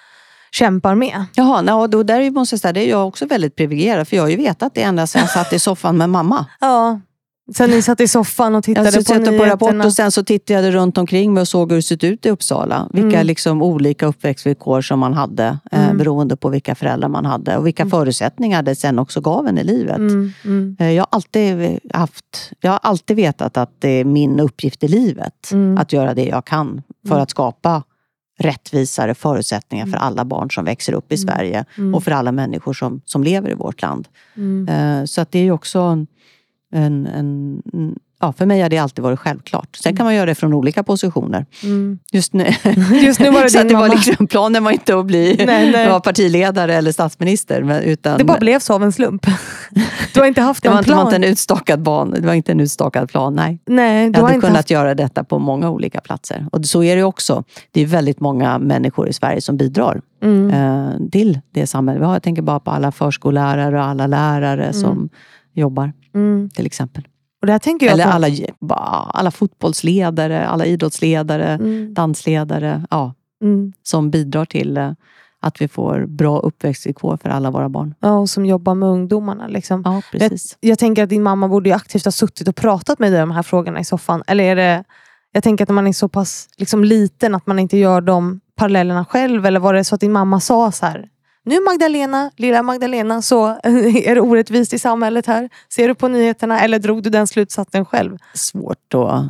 B: kämpar med.
A: Jaha, no, då där måste jag säga, det är jag också väldigt privilegierad för jag har ju vetat det ända sedan jag satt i soffan med mamma.
B: Ja. Sen ni satt i soffan och tittade
A: jag
B: på nyheterna.
A: på Rapport och sen så tittade jag runt omkring mig och såg hur det såg ut i Uppsala. Vilka
B: Mm.
A: liksom olika uppväxtvillkor som man hade eh,
B: Mm.
A: beroende på vilka föräldrar man hade och vilka
B: Mm.
A: förutsättningar det sen också gav en i livet.
B: Mm, mm,
A: Eh, jag har alltid haft, jag har alltid vetat att det är min uppgift i livet
B: Mm.
A: att göra det jag kan för
B: Mm.
A: att skapa rättvisare förutsättningar för alla barn som växer upp i Sverige
B: Mm.
A: och för alla människor som, som lever i vårt land.
B: mm.
A: Eh, så att det är ju också en, en, en, ja, för mig har det alltid varit självklart. Sen kan man göra det från olika positioner.
B: Mm.
A: Just nu,
B: Just nu var det
A: så
B: din
A: att det
B: mamma.
A: var liksom, planen var inte att bli
B: Nej, nej.
A: vara partiledare eller statsminister. Men, utan,
B: Det bara blev så av en slump. Du har inte haft
A: det
B: någon
A: var inte, det var
B: plan.
A: inte en utstakad ban. Det var inte en utstakad plan, nej.
B: Nej, du
A: Jag
B: har
A: hade
B: inte
A: kunnat
B: haft...
A: göra detta på många olika platser. Och så är det också. Det är väldigt många människor i Sverige som bidrar
B: Mm.
A: eh, till det samhället. Vi har, jag tänker bara på alla förskollärare och alla lärare som jobbar
B: Mm.
A: till exempel.
B: Och det här tänker jag
A: Eller
B: på.
A: alla, bara, alla fotbollsledare, alla idrottsledare,
B: Mm.
A: dansledare. Ja,
B: Mm.
A: som bidrar till eh, att vi får bra uppväxtvillkor för alla våra barn.
B: Ja, och som jobbar med ungdomarna. Liksom.
A: Ja, precis.
B: Jag, jag tänker att din mamma borde ju aktivt ha suttit och pratat med dig om de här frågorna i soffan. Eller är det... Jag tänker att när man är så pass liksom, liten att man inte gör de parallellerna själv. Eller var det så att din mamma sa så här: nu Magdalena, lilla Magdalena, så är det orättvist i samhället här. Ser du på nyheterna eller drog du den slutsatsen själv?
A: Svårt att...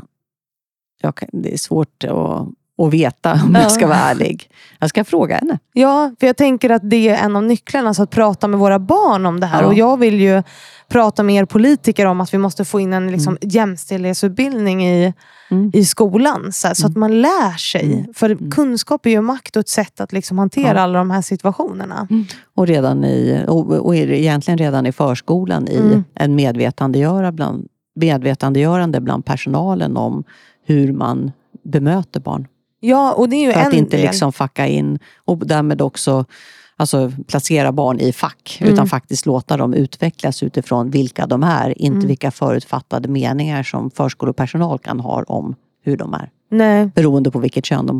A: Jag kan, det är svårt att, att veta om
B: Ja.
A: jag ska vara ärlig. Jag ska fråga henne.
B: Ja, för jag tänker att det är en av nycklarna, alltså att prata med våra barn om det här.
A: Ja.
B: Och jag vill ju prata med er politiker om att vi måste få in en liksom,
A: Mm.
B: jämställdhetsutbildning i,
A: Mm.
B: i skolan. Så, här, så att man lär sig.
A: Mm.
B: För
A: Mm.
B: kunskap är ju makt och ett sätt att liksom, hantera
A: Ja.
B: alla de här situationerna.
A: Och, redan i, och, och är det egentligen redan i förskolan i
B: Mm.
A: en medvetandegöra bland, medvetandegörande bland personalen om hur man bemöter barn.
B: Ja, och det är ju
A: För
B: en
A: att inte
B: del.
A: liksom facka in och därmed också alltså, placera barn i fack.
B: Mm.
A: Utan faktiskt låta dem utvecklas utifrån vilka de är. Inte
B: Mm.
A: vilka förutfattade meningar som förskolepersonal kan ha om hur de är.
B: Nej.
A: Beroende på vilket kön de har.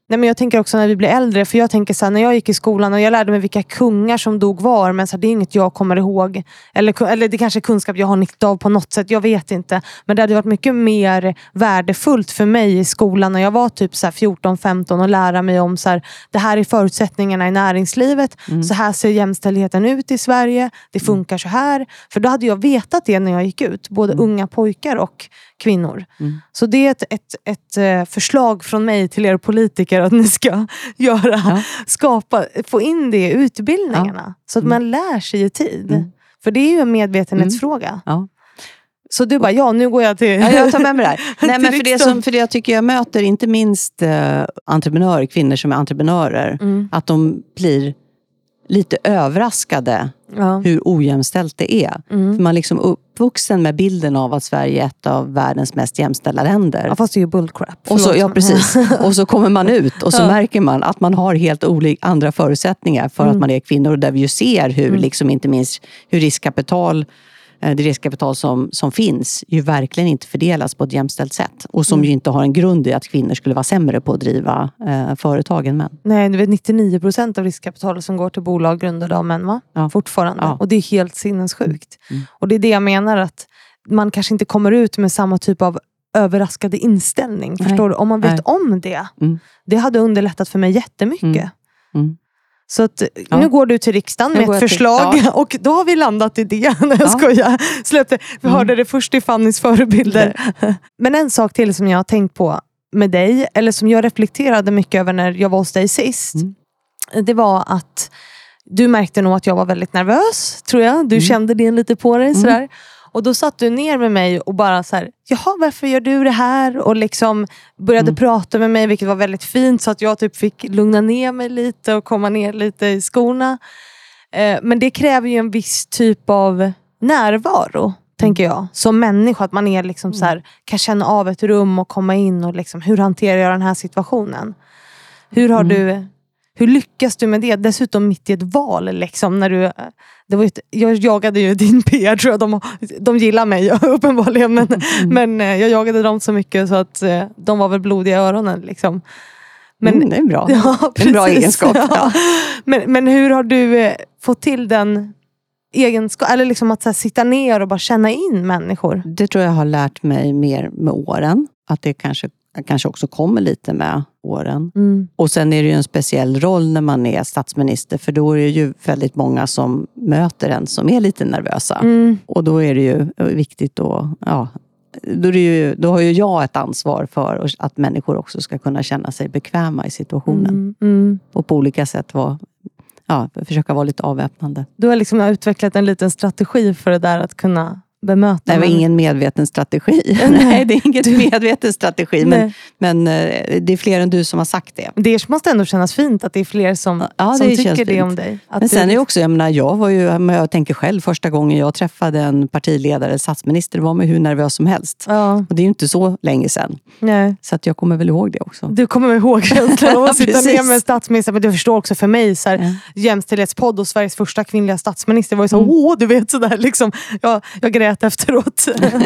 B: Nej, men jag tänker också när vi blir äldre, för jag tänker så här, när jag gick i skolan och jag lärde mig vilka kungar som dog var, men så här, det är inget jag kommer ihåg, eller, eller det kanske är kunskap jag har nytta av på något sätt, jag vet inte, men det hade varit mycket mer värdefullt för mig i skolan när jag var typ så här fjorton femton och lära mig om så här, det här är förutsättningarna i näringslivet, mm. så här ser jämställdheten ut i Sverige, det funkar så här, för då hade jag vetat det när jag gick ut, både mm. unga pojkar och kvinnor. Mm. Så det är ett, ett, ett förslag från mig till er politiker att ni ska göra, ja. skapa, få in det i utbildningarna. Ja. Så att mm. man lär sig i tid. Mm. För det är ju en medvetenhetsfråga. Mm.
A: Ja.
B: Så du bara, ja nu går jag till...
A: Ja, jag tar med mig det här. Nej, men för det, som, för det jag tycker jag möter, inte minst eh, entreprenörer, kvinnor som är entreprenörer, mm. att de blir lite överraskade ja. hur ojämställt det är. Mm. För man är liksom uppvuxen med bilden av att Sverige är ett av världens mest jämställda länder.
B: Ja, fast det är ju bullcrap.
A: Och så, ja, precis. Och så kommer man ut och så ja. märker man att man har helt olika andra förutsättningar för mm. att man är kvinnor. Och där vi ju ser hur, mm. liksom inte minst hur riskkapital, det riskkapital som, som finns ju verkligen inte fördelas på ett jämställt sätt. Och som mm. ju inte har en grund i att kvinnor skulle vara sämre på att driva eh, företag än män.
B: Nej, det är nittionio procent av riskkapitalet som går till bolag grundade av män, va? Ja. Fortfarande. Ja. Och det är helt sinnessjukt. Mm. Och det är det jag menar, att man kanske inte kommer ut med samma typ av överraskade inställning. Nej. Förstår du? Om man vet Nej. om det. Mm. Det hade underlättat för mig jättemycket. Mm. Mm. Så att, ja. nu går du till riksdagen med ett förslag till, ja. och då har vi landat i det. När jag ja. skojar. Släppte, vi hörde mm. det först i Fannys förebilder. Men en sak till som jag har tänkt på med dig, eller som jag reflekterade mycket över när jag var hos dig sist. Mm. Det var att du märkte nog att jag var väldigt nervös, tror jag. Du mm. kände det lite på dig. Sådär. Mm. Och då satt du ner med mig och bara så här, jaha, varför gör du det här? Och liksom började mm. prata med mig, vilket var väldigt fint. Så att jag typ fick lugna ner mig lite och komma ner lite i skorna. Eh, men det kräver ju en viss typ av närvaro, mm. tänker jag. Som människa, att man är liksom så här, kan känna av ett rum och komma in och liksom, hur hanterar jag den här situationen? Hur har mm. du... Hur lyckas du med det? Dessutom mitt i ett val liksom, när du, det var ett, jag jagade ju din P R, tror jag. De, de gillar mig uppenbarligen, men, mm. men jag jagade dem så mycket så att de var väl blodiga i öronen liksom. Men,
A: mm, det är bra. Ja, en bra egenskap. Ja.
B: Ja. Men, men hur har du fått till den egenskap, eller liksom att så här, sitta ner och bara känna in människor?
A: Det tror jag har lärt mig mer med åren. Att det kanske kanske också kommer lite med åren. Mm. Och sen är det ju en speciell roll när man är statsminister, för då är det ju väldigt många som möter en som är lite nervösa. Mm. Och då är det ju viktigt att, ja, då, är det ju, då har ju jag ett ansvar för att människor också ska kunna känna sig bekväma i situationen. Mm. Mm. Och på olika sätt vara, ja, försöka vara lite avväpnande.
B: Du har liksom utvecklat en liten strategi för det där, att kunna bemöta.
A: Det var ingen medveten strategi. Nej, det är ingen medveten strategi. Men, men det är fler än du som har sagt det.
B: Det måste ändå kännas fint att det är fler som, ja, som tycker det fint. Om dig. Att
A: men sen är det också, jag menar, jag var ju, jag tänker själv, första gången jag träffade en partiledare, statsminister, var med hur nervös som helst. Ja. Och det är ju inte så länge sedan. Nej. Så att jag kommer väl ihåg det också.
B: Du kommer väl ihåg känslan av att sitta ner med statsminister. Men du förstår också för mig, så här, ja. jämställdhetspodd och Sveriges första kvinnliga statsminister var ju så, mm. åh, du vet sådär liksom. Jag, jag grät efteråt.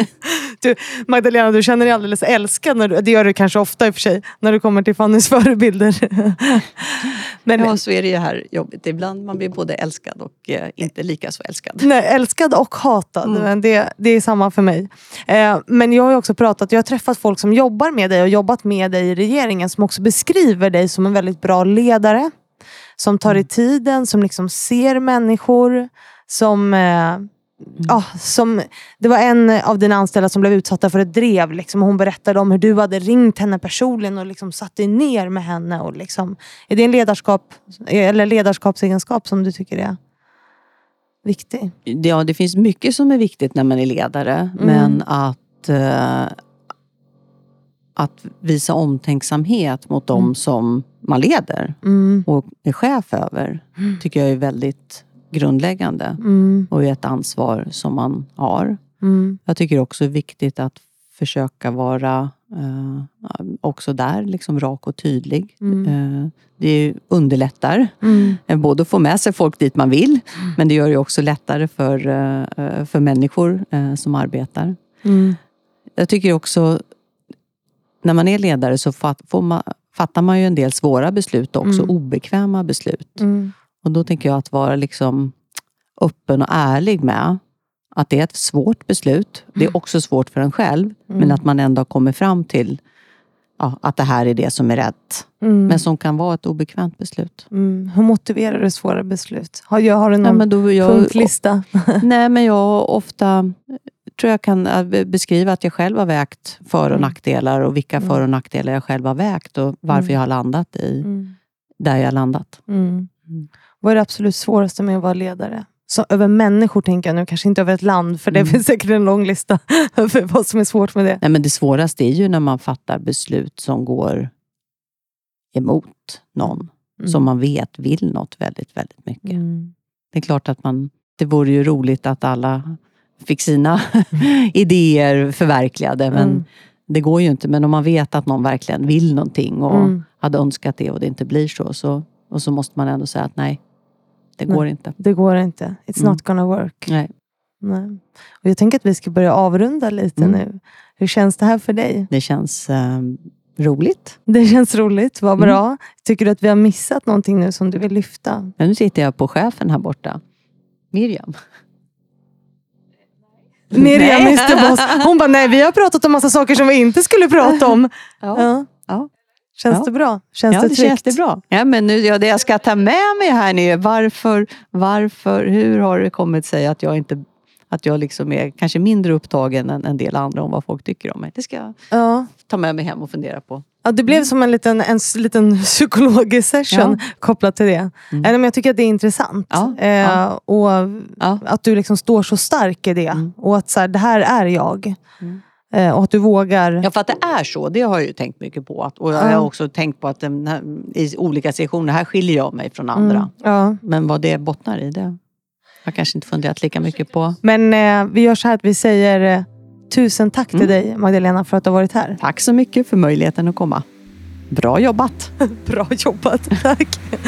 B: Du, Magdalena, du känner dig alldeles älskad när du, det gör du kanske ofta i och för sig, när du kommer till Fannys förebilder.
A: Men ja, så är det ju här jobbigt. Ibland man blir både älskad och eh, inte lika så älskad.
B: Nej, älskad och hatad. Mm. Men det, det är samma för mig. Eh, men jag har ju också pratat, jag har träffat folk som jobbar med dig och jobbat med dig i regeringen, som också beskriver dig som en väldigt bra ledare. Som tar i tiden, som liksom ser människor, som... Eh, Mm. Ja, som, det var en av dina anställda som blev utsatta för ett drev liksom, och hon berättade om hur du hade ringt henne personligen och liksom satt dig ner med henne och liksom, är det en ledarskap eller ledarskapsegenskap som du tycker är viktig?
A: Ja, det finns mycket som är viktigt när man är ledare, mm. men att uh, att visa omtänksamhet mot dem mm. som man leder mm. och är chef över, mm. tycker jag är väldigt grundläggande mm. och är ett ansvar som man har. Mm. Jag tycker också det är viktigt att försöka vara eh, också där liksom rak och tydlig. Mm. Eh, det underlättar mm. eh, både att få med sig folk dit man vill, mm. men det gör det också lättare för, eh, för människor eh, som arbetar. Mm. Jag tycker också när man är ledare så får man, fattar man ju en del svåra beslut också,
B: Mm.
A: obekväma beslut.
B: Mm.
A: Och då tänker jag att vara liksom öppen och ärlig med att det är ett svårt beslut. Det är också svårt för en själv,
B: Mm.
A: men att man ändå har kommit fram till ja, att det här är det som är rätt.
B: Mm.
A: Men som kan vara ett obekvämt beslut.
B: Mm. Hur motiverar du svåra beslut? Har, jag, har du någon
A: Ja, men då jag,
B: punktlista?
A: nej, men jag ofta tror jag kan beskriva att jag själv har vägt för- och
B: Mm.
A: nackdelar och vilka
B: Mm.
A: för- och nackdelar jag själv har vägt och varför
B: Mm.
A: jag har landat i
B: Mm.
A: där jag har landat.
B: Mm.
A: Mm.
B: Vad är det absolut svåraste med att vara ledare? Så över människor tänker jag nu, kanske inte över ett land, för det
A: Mm.
B: finns säkert en lång lista över vad som är svårt med det.
A: Nej, men det svåraste är ju när man fattar beslut som går emot någon
B: Mm.
A: som man vet vill något väldigt, väldigt mycket.
B: Mm.
A: Det är klart att man, det vore ju roligt att alla fick sina idéer förverkligade, men
B: Mm.
A: det går ju inte. Men om man vet att någon verkligen vill någonting och
B: Mm.
A: hade önskat det och det inte blir så, så och så måste man ändå säga att nej, det
B: Nej.
A: går inte.
B: Det går inte. It's
A: Mm.
B: not gonna work.
A: Nej.
B: Nej. Och jag tänker att vi ska börja avrunda lite
A: Mm.
B: nu. Hur känns det här för dig?
A: Det känns eh, roligt.
B: Det känns roligt, vad
A: Mm.
B: bra. Tycker du att vi har missat någonting nu som du vill lyfta?
A: Men nu sitter jag på chefen här borta. Miriam.
B: Miriam,
A: Nej.
B: mister Boss. Hon bara, nej, vi har pratat om massa saker som vi inte skulle prata om.
A: Ja.
B: Ja.
A: Ja.
B: Känns
A: Ja.
B: det bra? Känns
A: Ja,
B: det
A: det
B: tryggt?
A: känns det bra. Ja, men nu, ja, det jag ska ta med mig här nu är varför, varför, hur har det kommit sig att jag inte, att jag liksom är kanske mindre upptagen än en del andra om vad folk tycker om mig. Det ska jag
B: Ja.
A: ta med mig hem och fundera på.
B: Ja, det blev som en liten, en s- liten psykologisk session kopplat till det.
A: Mm.
B: Nej, men jag tycker att det är intressant.
A: Ja,
B: Eh,
A: ja.
B: Och
A: Ja.
B: att du liksom står så stark i det.
A: Mm.
B: Och att så här, det här är jag.
A: Mm.
B: Eh, och att du vågar.
A: Ja, för att det är så. Det har jag ju tänkt mycket på. Att, och jag
B: Ja.
A: har också tänkt på att den här, i olika sektioner, här skiljer jag mig från andra.
B: Mm. Ja.
A: Men vad det bottnar i, det har jag kanske inte funderat lika mycket på.
B: Men eh, vi gör så här att vi säger eh, tusen tack till
A: Mm.
B: dig, Magdalena, för att du har varit här.
A: Tack så mycket för möjligheten att komma. Bra jobbat!
B: Bra jobbat, tack.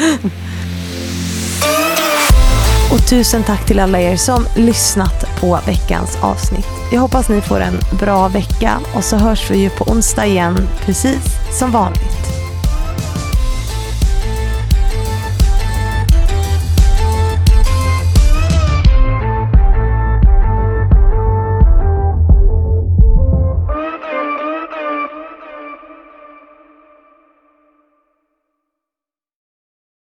B: Och tusen tack till alla er som lyssnat på veckans avsnitt. Jag hoppas ni får en bra vecka och så hörs vi ju på onsdag igen, precis som vanligt.